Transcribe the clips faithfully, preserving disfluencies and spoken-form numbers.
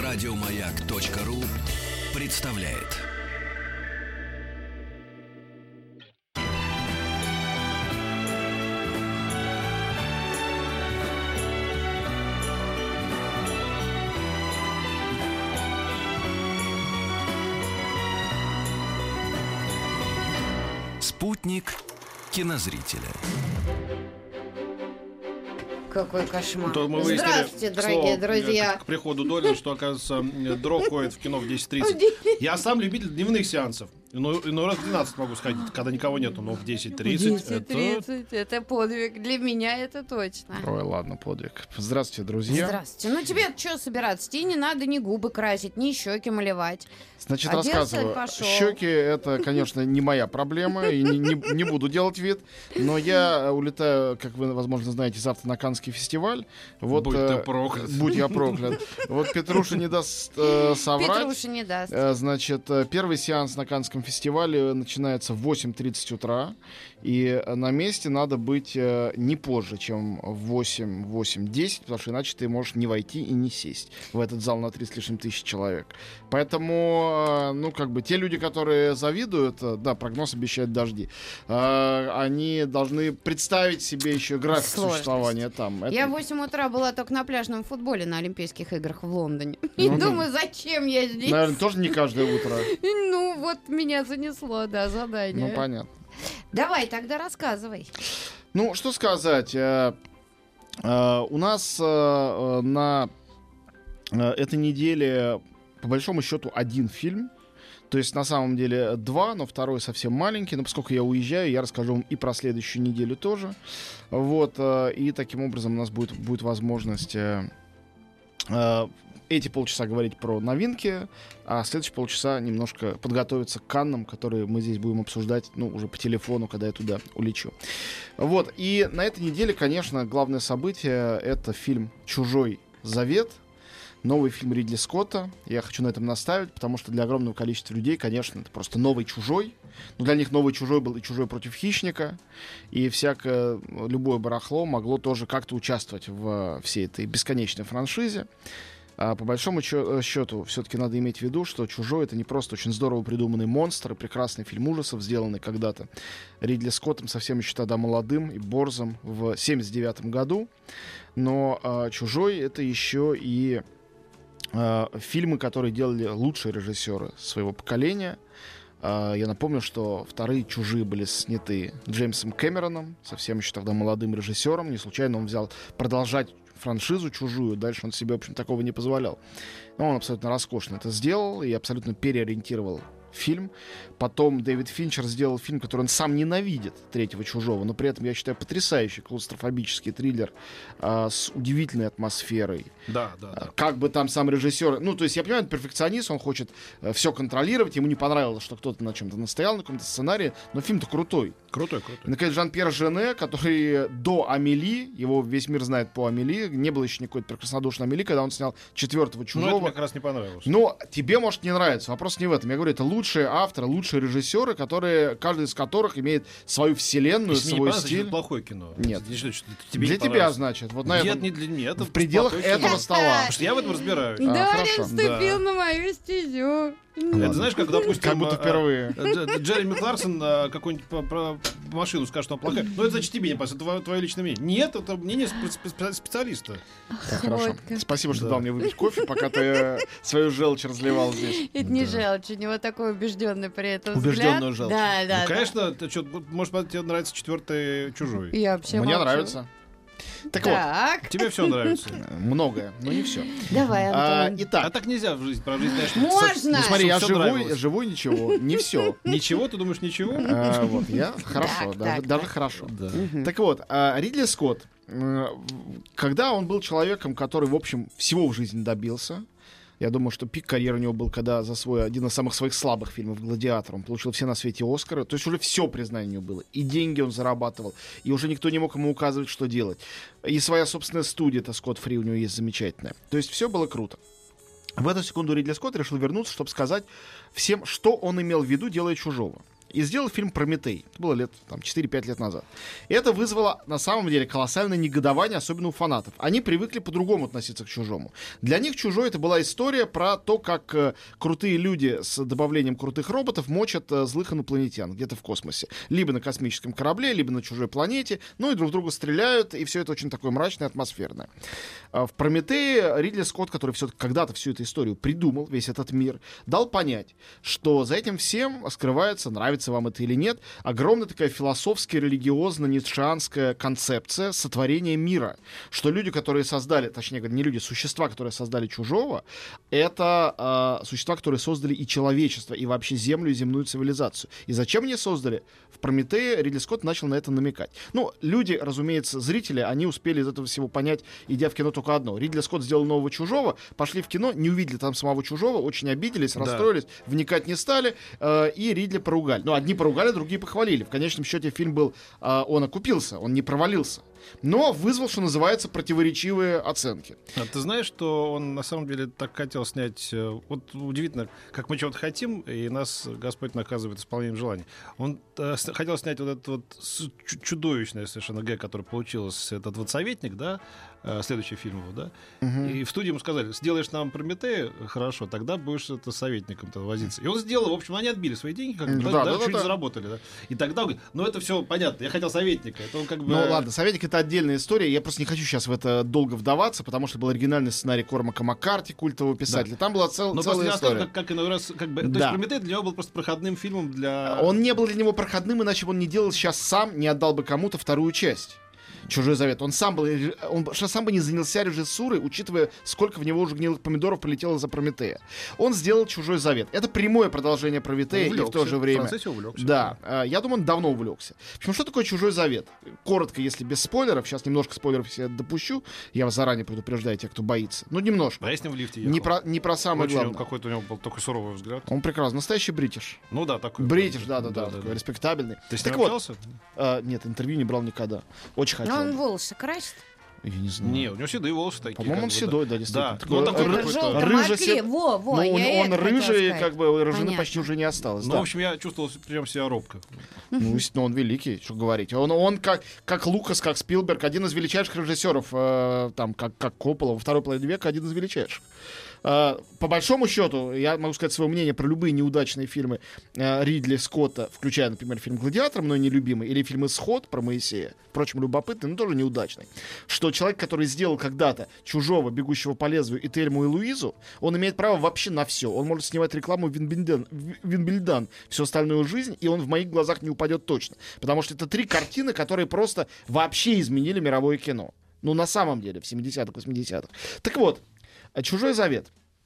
Радиомаяк.ру представляет. Спутник кинозрителя. Какой кошмар. То мы выяснили, Здравствуйте, дорогие к слову, друзья. К, к приходу Долина, что, оказывается, Дро ходит в кино в десять тридцать. Я сам любитель дневных сеансов. Ну, иной раз в двенадцать могу сходить, когда никого нету, но в десять тридцать. десять тридцать, это... это подвиг. Для меня это точно. Ой, ладно, подвиг. Здравствуйте, друзья. Здравствуйте. Ну тебе что собираться? Тебе не надо ни губы красить, ни щеки малевать. Значит, Оделся и рассказываю. пошел. Щеки — это, конечно, не моя проблема, и не, не, не буду делать вид. Но я улетаю, как вы, возможно, знаете, завтра на Каннский фестиваль. Вот, Будь э, ты проклят. Будь я проклят. Вот Петруша не даст э, соврать. Петруша не даст. Э, Значит, э, первый сеанс на Каннском фестивале начинается в восемь тридцать утра. И на месте надо быть э, не позже, чем в восемь, восемь десять, потому что иначе ты можешь не войти и не сесть в этот зал на три с лишним тысяч человек. Поэтому, э, ну, как бы, те люди, которые завидуют, э, да, прогноз обещает дожди, э, они должны представить себе еще график Сложность. существования там. Это... Я в восемь утра была только на пляжном футболе на Олимпийских играх в Лондоне. Ну, И ну, думаю, зачем я здесь? Наверное, тоже не каждое утро. Ну, вот меня занесло, да, задание. Ну, понятно. Давай, тогда рассказывай. Ну, что сказать. Э, э, у нас э, э, на э, этой неделе, по большому счету, один фильм. То есть, на самом деле, два, но второй совсем маленький. Но поскольку я уезжаю, я расскажу вам и про следующую неделю тоже. Вот, э, и таким образом у нас будет, будет возможность... Э, э, эти полчаса говорить про новинки, а следующие полчаса немножко подготовиться к Каннам, которые мы здесь будем обсуждать, ну, уже по телефону, когда я туда улечу. Вот, и на этой неделе, конечно, главное событие — это фильм «Чужой завет», новый фильм Ридли Скотта. Я хочу на этом наставить, потому что для огромного количества людей, конечно, это просто новый «Чужой». Но для них новый «Чужой» был и «Чужой против хищника», и всякое, любое барахло могло тоже как-то участвовать в всей этой бесконечной франшизе. А по большому счету, все-таки надо иметь в виду, что «Чужой» — это не просто очень здорово придуманный монстр и прекрасный фильм ужасов, сделанный когда-то Ридли Скоттом, совсем еще тогда молодым и борзым, в семьдесят девятом году. Но а, «Чужой» — это еще и а, фильмы, которые делали лучшие режиссеры своего поколения. А, я напомню, что вторые «Чужие» были сняты Джеймсом Кэмероном, совсем еще тогда молодым режиссером. Не случайно он взял продолжать франшизу «Чужую». Дальше он себе, в общем, такого не позволял. Но он абсолютно роскошно это сделал и абсолютно переориентировал фильм. Потом Дэвид Финчер сделал фильм, который он сам ненавидит, «Третьего чужого», но при этом, я считаю, потрясающий клаустрофобический триллер а, с удивительной атмосферой. Да, да, да. Как бы там сам режиссер... Ну, то есть, я понимаю, он перфекционист, он хочет э, все контролировать, ему не понравилось, что кто-то на чем-то настоял, на каком-то сценарии, но фильм-то крутой. Крутой, крутой. И, наконец, Жан-Пьер Жене, который до «Амели», его весь мир знает по «Амели», не было еще никакой прекраснодушной «Амели», когда он снял «Четвертого чужого». Ну, это мне как раз не понравилось. Но тебе, может, не нравится. Вопрос не в этом. Я говорю, это лучшие авторы, лучшие режиссеры, которые, каждый из которых имеет свою вселенную, Если свой не стиль. Это плохое кино. Нет. Если, что, тебе Для не тебя, значит. Вот на Нет, этом, не для меня. Это в пределах плохое кино. этого стола. Потому что я в этом разбираюсь. А, Дарья хорошо. вступил Да. на мою стезю. Это знаешь, как, допустим, Как будто а, впервые. а, Дж- Джереми Кларксон а, какую-нибудь по- про машину скажет, что она плохая. Ну, это значит тебе не пас, это твое, твое личное мнение. Нет, это мнение спе- спе- специалиста. Так, хорошо. Вот как. Спасибо, что Да. дал мне выпить кофе, пока ты э, свою желчь разливал здесь. Это не желчь, у него такой убежденный при этом Убежденную взгляд. желчь. Да, да, Ну, конечно, ты что, может быть, тебе нравится четвертый чужой. да. Я вообще Мне молчу. нравится. Так Так, Тебе все нравится. вот, многое, но не все. давай, А, Антон. А итак, так нельзя в жизни, про жизнь, конечно. Можно! ну смотри, я Всё живу, нравилось. живу ничего, не все. Ничего, ты думаешь, ничего? Вот, я хорошо, Так, даже так, даже так. хорошо. Да. Так вот, а, Ридли Скотт, э, когда он был человеком, который, в общем, всего в жизни добился, я думаю, что пик карьеры у него был, когда за свой один из самых своих слабых фильмов «Гладиатор» он получил все на свете Оскары. То есть уже все признание у него было. И деньги он зарабатывал, и уже никто не мог ему указывать, что делать. И своя собственная студия, это Скотт Фри у него есть замечательная. То есть все было круто. В эту секунду Ридли Скотт решил вернуться, чтобы сказать всем, что он имел в виду, делая «Чужого». и сделал фильм «Прометей». Это было лет там, четыре-пять лет назад. И это вызвало на самом деле колоссальное негодование, особенно у фанатов. Они привыкли по-другому относиться к «Чужому». Для них «Чужой» — это была история про то, как э, крутые люди с добавлением крутых роботов мочат э, злых инопланетян где-то в космосе. Либо на космическом корабле, либо на чужой планете. Ну и друг друга стреляют, и все это очень такое мрачное, атмосферное. А в «Прометее» Ридли Скотт, который все когда-то всю эту историю придумал, весь этот мир, дал понять, что за этим всем скрывается, нравится вам это или нет, огромная такая философская, религиозно-ницшеанская концепция сотворения мира. Что люди, которые создали, точнее говоря, не люди, существа, которые создали «Чужого», это э, существа, которые создали и человечество, и вообще Землю, и земную цивилизацию. И зачем они создали? В «Прометее» Ридли Скотт начал на это намекать. Ну, люди, разумеется, зрители, они успели из этого всего понять, идя в кино, только одно. Ридли Скотт сделал нового «Чужого», пошли в кино, не увидели там самого «Чужого», очень обиделись, Да. расстроились, вникать не стали, э, и Ридли поругали. Ну, одни поругали, другие похвалили. В конечном счете фильм был, э, он окупился, он не провалился. Но вызвал, что называется, противоречивые оценки. А ты знаешь, что он на самом деле так хотел снять... э, Вот удивительно, как мы чего-то хотим, и нас Господь наказывает исполнением желаний. Он э, с- хотел снять вот этот вот с- чу- чудовищное совершенно гэг, который получилось, этот вот «Советник», да, э, следующий фильм его, да, и в студии ему сказали: сделаешь нам «Прометея», хорошо, тогда будешь это советником-то возиться. И он сделал, в общем, они отбили свои деньги, как бы, Да, да, да, да, да, чуть да. заработали, да. И тогда он говорит: ну это все понятно, я хотел советника. Это он как бы... Ну ладно, «Советник» — это отдельная история. Я просто не хочу сейчас в это долго вдаваться, потому что был оригинальный сценарий Кормака Маккарти, культового писателя. Там была цел- Но целая просто история. как, как иной раз, как бы, то Да. есть «Прометей» для него был просто проходным фильмом для... Он не был для него проходным, иначе бы он не делал сейчас сам, не отдал бы кому-то вторую часть. «Чужой завет». Он сам, был, реж- он бы- сам бы не занялся режиссурой, учитывая, сколько в него уже гнилых помидоров полетело за «Прометея». Он сделал «Чужой завет». Это прямое продолжение «Прометея» и в Увлекся. то же время... В процессе увлекся. Да, э, я думаю, он давно увлекся. В общем, что такое «Чужой завет»? Коротко, если без спойлеров. Сейчас немножко спойлеров себе допущу. Я вас заранее предупреждаю, тех, кто боится. Ну, немножко. А я с ним в лифте ехал. Не про, не про самое Очень главное. какой-то у него был такой суровый взгляд. Он прекрасный. Настоящий бритиш. Ну да, такой. Бритиш, да-да-да. Такой респектабельный. Ты с Так ним вот, общался? э, нет, интервью не брал никогда. Очень хотел. Но он волосы красит. Я не знаю. Не, у него седые волосы такие. По-моему, он как бы, седой, да, действительно. Да, Такой ну, он такой ры- Это какой-то- желтый рыжий Макли. свет- Во, во, Ну, он, я он это хотела рыжий, сказать. как бы рыжины Понятно. почти уже не осталось. Ну, да. в общем, я чувствовал прям себя робко. Ну, естественно, он великий, что говорить. Он, он как, как Лукас, как Спилберг, один из величайших режиссеров, э, там, как, как Коппола, во второй половине века один из величайших. Э, по большому счету, я могу сказать свое мнение про любые неудачные фильмы э, Ридли Скотта, включая, например, фильм «Гладиатор», мной нелюбимый, или фильм «Исход» про Моисея, впрочем, любопытный, но тоже неудачный. Что человек, который сделал когда-то «Чужого», «Бегущего по лезвию» и «Тельму и Луизу», он имеет право вообще на все. Он может снимать рекламу Винбильдан, Винбильдан всю остальную жизнь, и он в моих глазах не упадет точно. Потому что это три картины, которые просто вообще изменили мировое кино. Ну, на самом деле, в семидесятых, восьмидесятых. Так вот, «Чужой завет».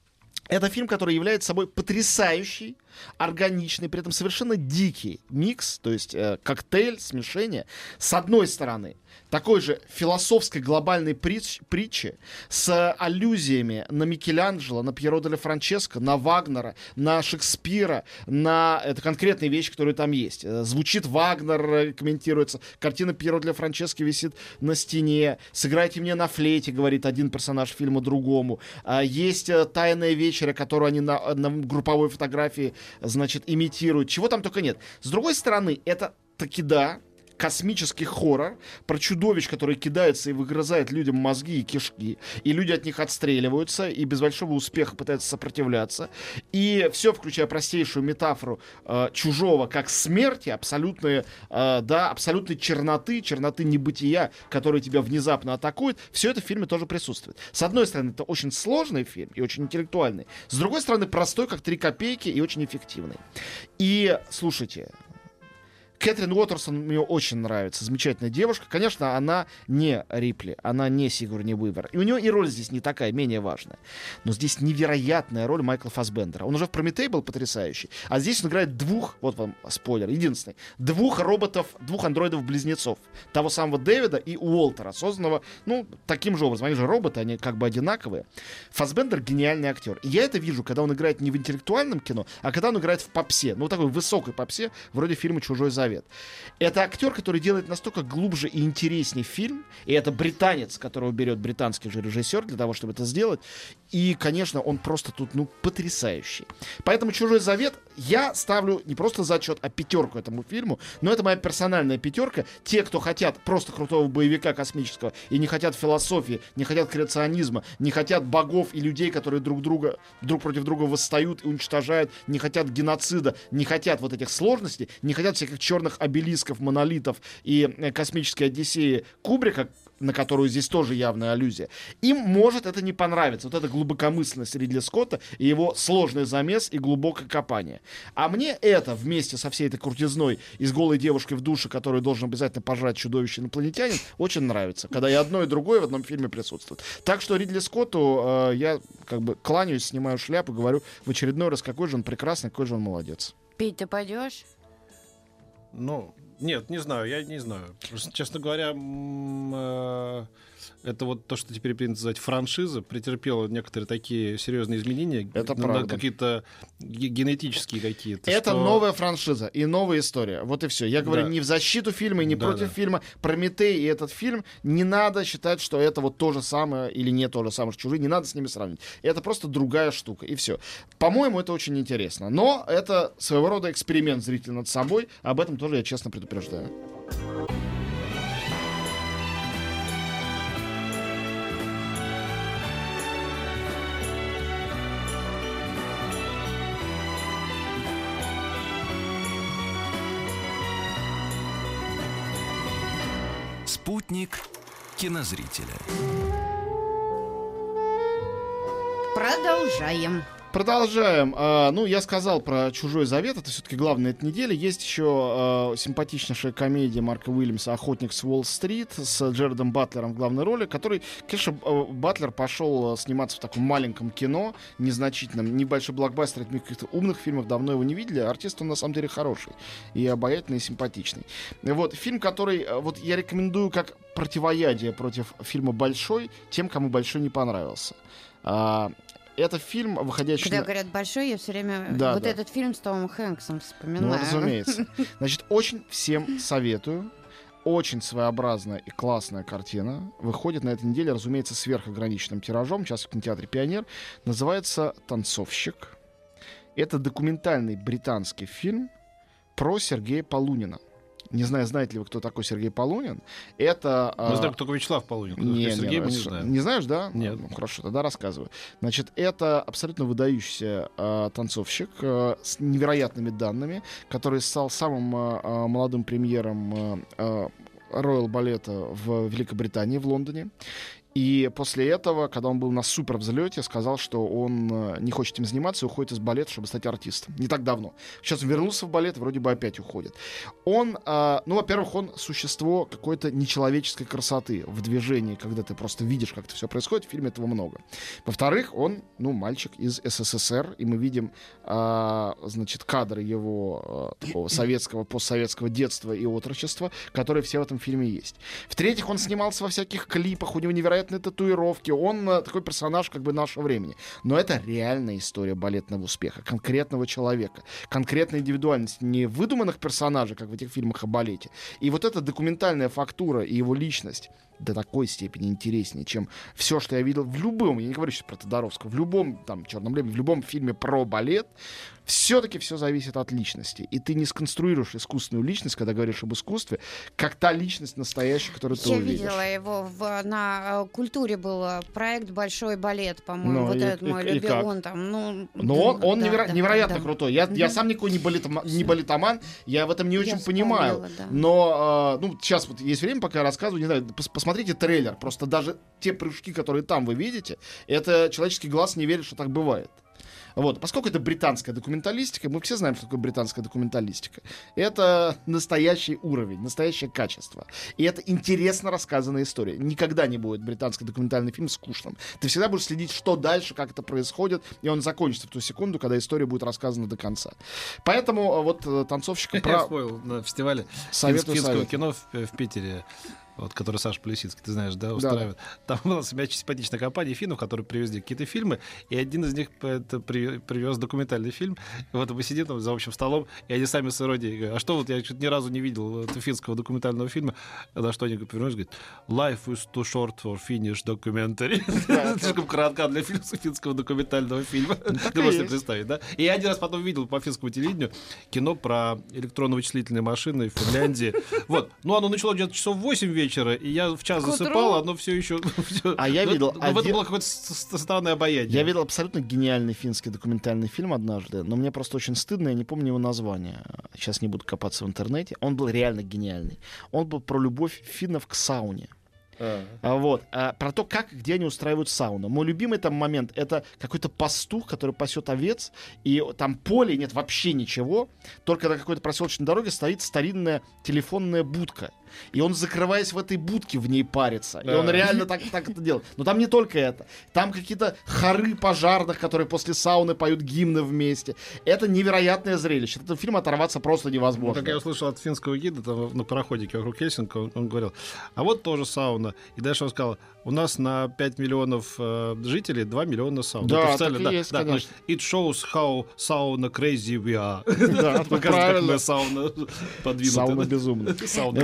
Это фильм, который является собой потрясающий, органичный, при этом совершенно дикий микс, то есть э, коктейль, смешение. С одной стороны, такой же философской глобальной притч, притчи с аллюзиями на Микеланджело, на Пьеро дель Франческо, на Вагнера, на Шекспира, на... Это конкретные вещи, которые там есть. Э, Звучит Вагнер, э, комментируется. Картина Пьеро дель Франческо висит на стене. «Сыграйте мне на флейте», говорит один персонаж фильма другому. А, Есть э, «Тайная вечеря», которую они на, на групповой фотографии, значит, имитируют. Чего там только нет. С другой стороны, это таки да, космический хоррор про чудовищ, которые кидаются и выгрызают людям мозги и кишки, и люди от них отстреливаются, и без большого успеха пытаются сопротивляться. И все, включая простейшую метафору э, чужого как смерти, абсолютной, э, да, абсолютной черноты, черноты небытия, которая тебя внезапно атакует, все это в фильме тоже присутствует. С одной стороны, это очень сложный фильм и очень интеллектуальный. С другой стороны, простой, как три копейки, и очень эффективный. И, слушайте, Кэтрин Уотерсон мне очень нравится. Замечательная девушка. Конечно, она не Рипли, она не Сигурни Уивер. И у нее и роль здесь не такая, менее важная. Но здесь невероятная роль Майкла Фассбендера. Он уже в «Прометее» был потрясающий. А здесь он играет двух, вот вам спойлер, единственный, двух роботов, двух андроидов-близнецов. Того самого Дэвида и Уолтера, созданного, ну, таким же образом. Они же роботы, они как бы одинаковые. Фассбендер гениальный актер. И я это вижу, когда он играет не в интеллектуальном кино, а когда он играет в попсе. Ну, такой высокой попсе, вроде фильма «Чужой завет». Это актер, который делает настолько глубже и интереснее фильм, и это британец, которого берет британский же режиссер для того, чтобы это сделать. И, конечно, он просто тут, ну, потрясающий. Поэтому «Чужой завет», я ставлю не просто зачет, а пятерку этому фильму, но это моя персональная пятерка. Те, кто хотят просто крутого боевика космического и не хотят философии, не хотят креационизма, не хотят богов и людей, которые друг друга друг против друга восстают и уничтожают, не хотят геноцида, не хотят вот этих сложностей, не хотят всяких черных обелисков, монолитов и э, космической Одиссеи Кубрика, на которую здесь тоже явная аллюзия, им может это не понравиться. Вот эта глубокомысленность Ридли Скотта и его сложный замес и глубокое копание. А мне это вместе со всей этой крутизной и с голой девушкой в душе, которую должен обязательно пожрать чудовище инопланетянин, очень нравится, когда и одно, и другое в одном фильме присутствует. Так что Ридли Скотту э, я как бы кланяюсь, снимаю шляпу, говорю в очередной раз, какой же он прекрасный, какой же он молодец. Пить ты пойдешь? Ну, нет, не знаю, я не знаю. Просто, честно говоря, м, э, это вот то, что теперь принято называть франшиза, претерпела некоторые такие серьезные изменения. Это на- на правда. Какие-то ге- генетические какие-то. Это что- новая франшиза и новая история. Вот и все. Я говорю Да. не в защиту фильма и не Да, против да. фильма. Прометей и этот фильм не надо считать, что это вот то же самое или не то же самое, что чужие. Не надо с ними сравнивать. Это просто другая штука. И все. По-моему, это очень интересно. Но это своего рода эксперимент зрителя над собой. Об этом тоже я честно предупреждаю. Спутник кинозрителя. Продолжаем. Продолжаем. А, ну, я сказал про «Чужой завет». Это все-таки главная этой недели. Есть еще а, симпатичнейшая комедия Марка Уильямса «Охотник с Уолл-стрит» с Джередом Батлером в главной роли, который, конечно, а, Батлер пошел а, сниматься в таком маленьком кино, незначительном, небольшой блокбастер, это каких-то умных фильмов, давно его не видели. Артист он, на самом деле, хороший. И обаятельный, и симпатичный. Вот, фильм, который а, вот я рекомендую как противоядие против фильма «Большой» тем, кому «Большой» не понравился. А, Это фильм, выходящий... Когда на- говорят большой, я все время Да, вот да. этот фильм с Томом Хэнксом вспоминаю. Ну, разумеется. Значит, очень всем советую. Очень своеобразная и классная картина. Выходит на этой неделе, разумеется, сверхограниченным тиражом. Сейчас в кинотеатре «Пионер». Называется «Танцовщик». Это документальный британский фильм про Сергея Полунина. Не знаю, знаете ли вы, кто такой Сергей Полунин. Это... Мы а, знаем только Вячеслав Полунин. Кто не, такой Сергей, не, мы не ш- знаем. не знаешь, да? Нет. Ну, хорошо, тогда рассказываю. Значит, это абсолютно выдающийся э, танцовщик э, с невероятными данными, который стал самым э, э, молодым премьером э, Роyal балета в Великобритании, в Лондоне. И после этого, когда он был на супер взлете, сказал, что он э, не хочет им заниматься и уходит из балета, чтобы стать артистом. Не так давно. Сейчас он вернулся в балет, вроде бы опять уходит. Он, э, ну, во-первых, он существо какой-то нечеловеческой красоты в движении, когда ты просто видишь, как это все происходит. В фильме этого много. Во-вторых, он, ну, мальчик из СССР, и мы видим, э, значит, кадры его э, такого советского, постсоветского детства и отрочества, которые все в этом фильме есть. В-третьих, он снимался во всяких клипах, у него невероятные татуировки, он э, такой персонаж как бы нашего времени. Но это реальная история балетного успеха, конкретного человека, конкретной индивидуальности, не выдуманных персонажей, как в этих фильмах о балете. И вот эта документальная фактура и его личность до такой степени интереснее, чем все, что я видел в любом, я не говорю сейчас про Тодоровского, в любом там «Черном лебеде», в любом фильме про балет. Все-таки все зависит от личности. И ты не сконструируешь искусственную личность, когда говоришь об искусстве, как та личность настоящая, которую ты Я увидишь. видела его в, на э, культуре был э, проект «Большой балет», по-моему. Ну, вот и- этот и- мой и любимый. как? Он там, ну... Но да, он, он да, неверо- да, невероятно да. крутой. Я, я Да. сам никакой не, балетома- не балетоман, я в этом не очень Я понимаю. вспомнила, да. Но, э, ну, сейчас вот есть время, пока я рассказываю, не знаю, пос- посмотрите трейлер. Просто даже те прыжки, которые там вы видите, это человеческий глаз не верит, что так бывает. Вот. Поскольку это британская документалистика, мы все знаем, что такое британская документалистика. Это настоящий уровень, настоящее качество. И это интересно рассказанная история. Никогда не будет британский документальный фильм скучным. Ты всегда будешь следить, что дальше, как это происходит, и он закончится в ту секунду, когда история будет рассказана до конца. Поэтому э, вот э, танцовщика Я про... вспомнил на фестивале Советую, финского советую. кино в, в Питере. вот, который Саша Плесицкий, ты знаешь, да, устраивает. Да. Там была очень симпатичная компания финнов, которые привезли какие-то фильмы, и один из них это, при, привез документальный фильм. И вот мы сидим там за общим столом, и они сами с иронией говорят: а что вот я что-то ни разу не видел финского документального фильма. На что они повернулись и говорят: Life is too short for Finnish documentary. Слишком коротка для финского документального фильма. Ты можешь себе представить, да? И я один раз потом видел по финскому телевидению кино про электронно-вычислительные машины в Финляндии. Вот. Ну, оно начало где-то часов в восемь вечера, и я в час засыпал, оно все еще... А я видел... В этом было какое-то странное обаяние. Я видел абсолютно гениальный финский документальный фильм однажды, но мне просто очень стыдно, я не помню его название. Сейчас не буду копаться в интернете. Он был реально гениальный. Он был про любовь финнов к сауне. А, вот. А, про то, как и где они устраивают сауну. Мой любимый там момент — это какой-то пастух, который пасет овец, и там поле нет вообще ничего, только на какой-то проселочной дороге стоит старинная телефонная будка. И он, закрываясь в этой будке, в ней парится. Да. И он реально так, так это делает. Но там не только это. Там какие-то хоры пожарных, которые после сауны поют гимны вместе. Это невероятное зрелище. От этого фильма оторваться просто невозможно. Ну, как я услышал от финского гида там, на пароходике вокруг Хельсинки, он, он говорил: а вот тоже сауна. И дальше он сказал: у нас на пять миллионов э, жителей два миллиона саун. Да, так и да, есть, да, конечно. It shows how sauna crazy we are. Да, показывает, как мы сауна подвинуты. Сауна безумная.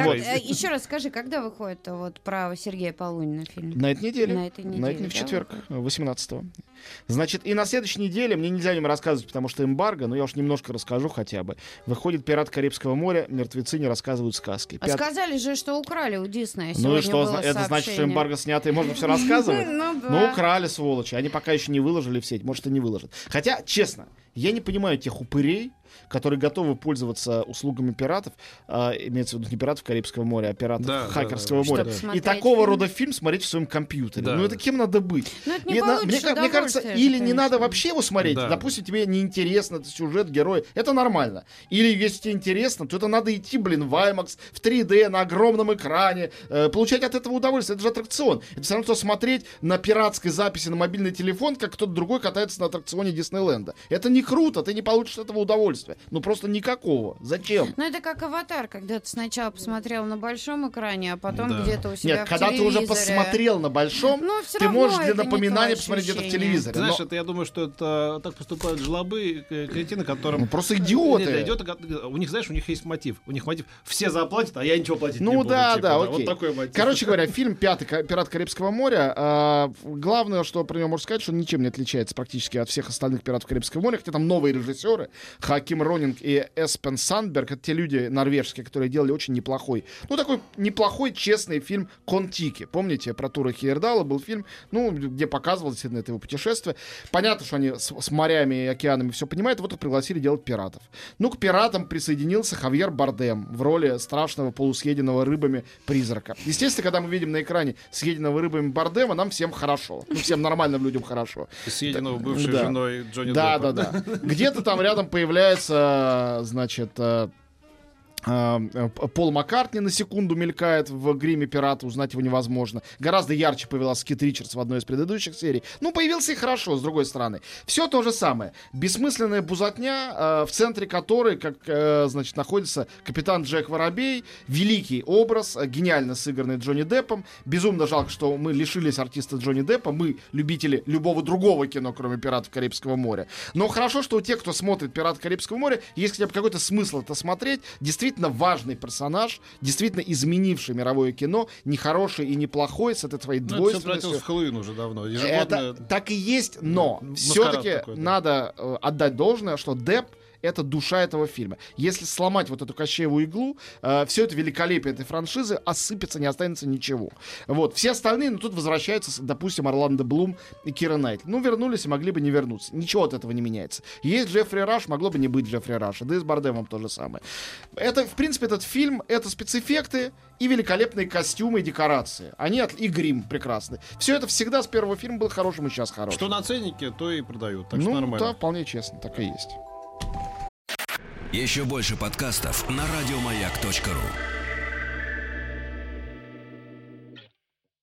Еще раз скажи, когда выходит вот про Сергея Полунина фильм? На этой неделе. На этой неделе, на этой, да, в четверг, восемнадцатого. Значит, и на следующей неделе, мне нельзя о нем рассказывать, потому что эмбарго, но я уж немножко расскажу хотя бы. Выходит «Пираты Карибского моря. Мертвецы не рассказывают сказки». А Пят... сказали же, что украли у Диснея. Ну и что, это значит, что эмбарго снято и можно все рассказывать? Ну, украли, сволочи. Они пока еще не выложили в сеть, может, и не выложат. Хотя, честно, я не понимаю тех упырей, которые готовы пользоваться услугами пиратов, а, имеется в виду не пиратов Карибского моря, а пиратов да, Хакерского да, да. моря. И такого фильм. рода фильм смотреть в своем компьютере. Да. Ну это кем надо быть? Ну, это не на, мне, мне кажется, или конечно. не надо вообще его смотреть, да. допустим, тебе неинтересно, это сюжет, герой, это нормально. Или если тебе интересно, то это надо идти, блин, в IMAX, в три дэ, на огромном экране, э, получать от этого удовольствие. Это же аттракцион. Это все равно, что смотреть на пиратской записи на мобильный телефон, как кто-то другой катается на аттракционе Диснейленда. Это не круто, ты не получишь от этого удовольствия. Ну просто никакого. Зачем? Ну это как «Аватар», когда ты сначала посмотрел на большом экране, а потом да. где-то у себя Нет, в когда телевизоре. ты уже посмотрел на большом, ну, ты можешь для напоминания посмотреть где-то в телевизоре. Ты знаешь, но... это я думаю, что это так поступают жлобы, кретины, которым... Ну просто идиоты. Нет, идиоты. У них, знаешь, у них есть мотив. У них мотив: все заплатят, а я ничего платить ну, не буду. Ну да, типа, да, да, окей. Вот такой мотив. Короче говоря, фильм «Пятый «Пират Карибского моря». Э, главное, что про него можно сказать, что он ничем не отличается практически от всех остальных «Пиратов Карибского моря», хотя там новые режиссеры, Хоаким Ронинг и Эспен Сандберг. Это те люди норвежские, которые делали очень неплохой, ну такой неплохой, честный фильм «Кон-Тики». Помните, про Тура Хейердала был фильм, ну, где показывалось действительно это его путешествие. Понятно, что они с, с морями и океанами все понимают, вот их пригласили делать пиратов. Ну, к пиратам присоединился Хавьер Бардем в роли страшного полусъеденного рыбами призрака. Естественно, когда мы видим на экране съеденного рыбами Бардема, нам всем хорошо. Ну, всем нормальным людям хорошо. Съеденного бывшей да. женой Джонни да, Деппа. Да, да, да. Где-то там рядом появляется, значит, Пол Маккартни на секунду мелькает в гриме пирата, узнать его невозможно. Гораздо ярче появилась Кит Ричардс в одной из предыдущих серий. Ну, появился и хорошо, с другой стороны. Все то же самое. Бессмысленная бузатня, э, в центре которой, как, э, значит, находится капитан Джек Воробей. Великий образ, э, гениально сыгранный Джонни Деппом. Безумно жалко, что мы лишились артиста Джонни Деппа. Мы любители любого другого кино, кроме «Пиратов Карибского моря». Но хорошо, что у тех, кто смотрит «Пиратов Карибского моря», есть хотя бы какой-то смысл это смотреть. Действительно важный персонаж, действительно изменивший мировое кино, не хороший и не плохой, с этой твоей двойственностью. Это все превратилось в Хэллоуин уже давно. Ежегодно... Это так и есть, но все-таки такой, да. надо э, отдать должное, что Депп — это душа этого фильма. Если сломать вот эту Кощееву иглу, э, все это великолепие этой франшизы осыпется, не останется ничего. Вот. Все остальные, ну, тут возвращаются, допустим, Орландо Блум и Кира Найтли. Ну, вернулись и могли бы не вернуться. Ничего от этого не меняется. Есть Джеффри Раш, могло бы не быть Джеффри Раша. Да и с Бардемом то же самое. Это, в принципе, этот фильм — это спецэффекты и великолепные костюмы и декорации. Они от... и грим прекрасный. Все это всегда с первого фильма было хорошим и сейчас хорошим. Что на ценнике, то и продают. Так ну, что нормально. Да, вполне честно, так и есть. Еще больше подкастов на радиомаяк точка ру.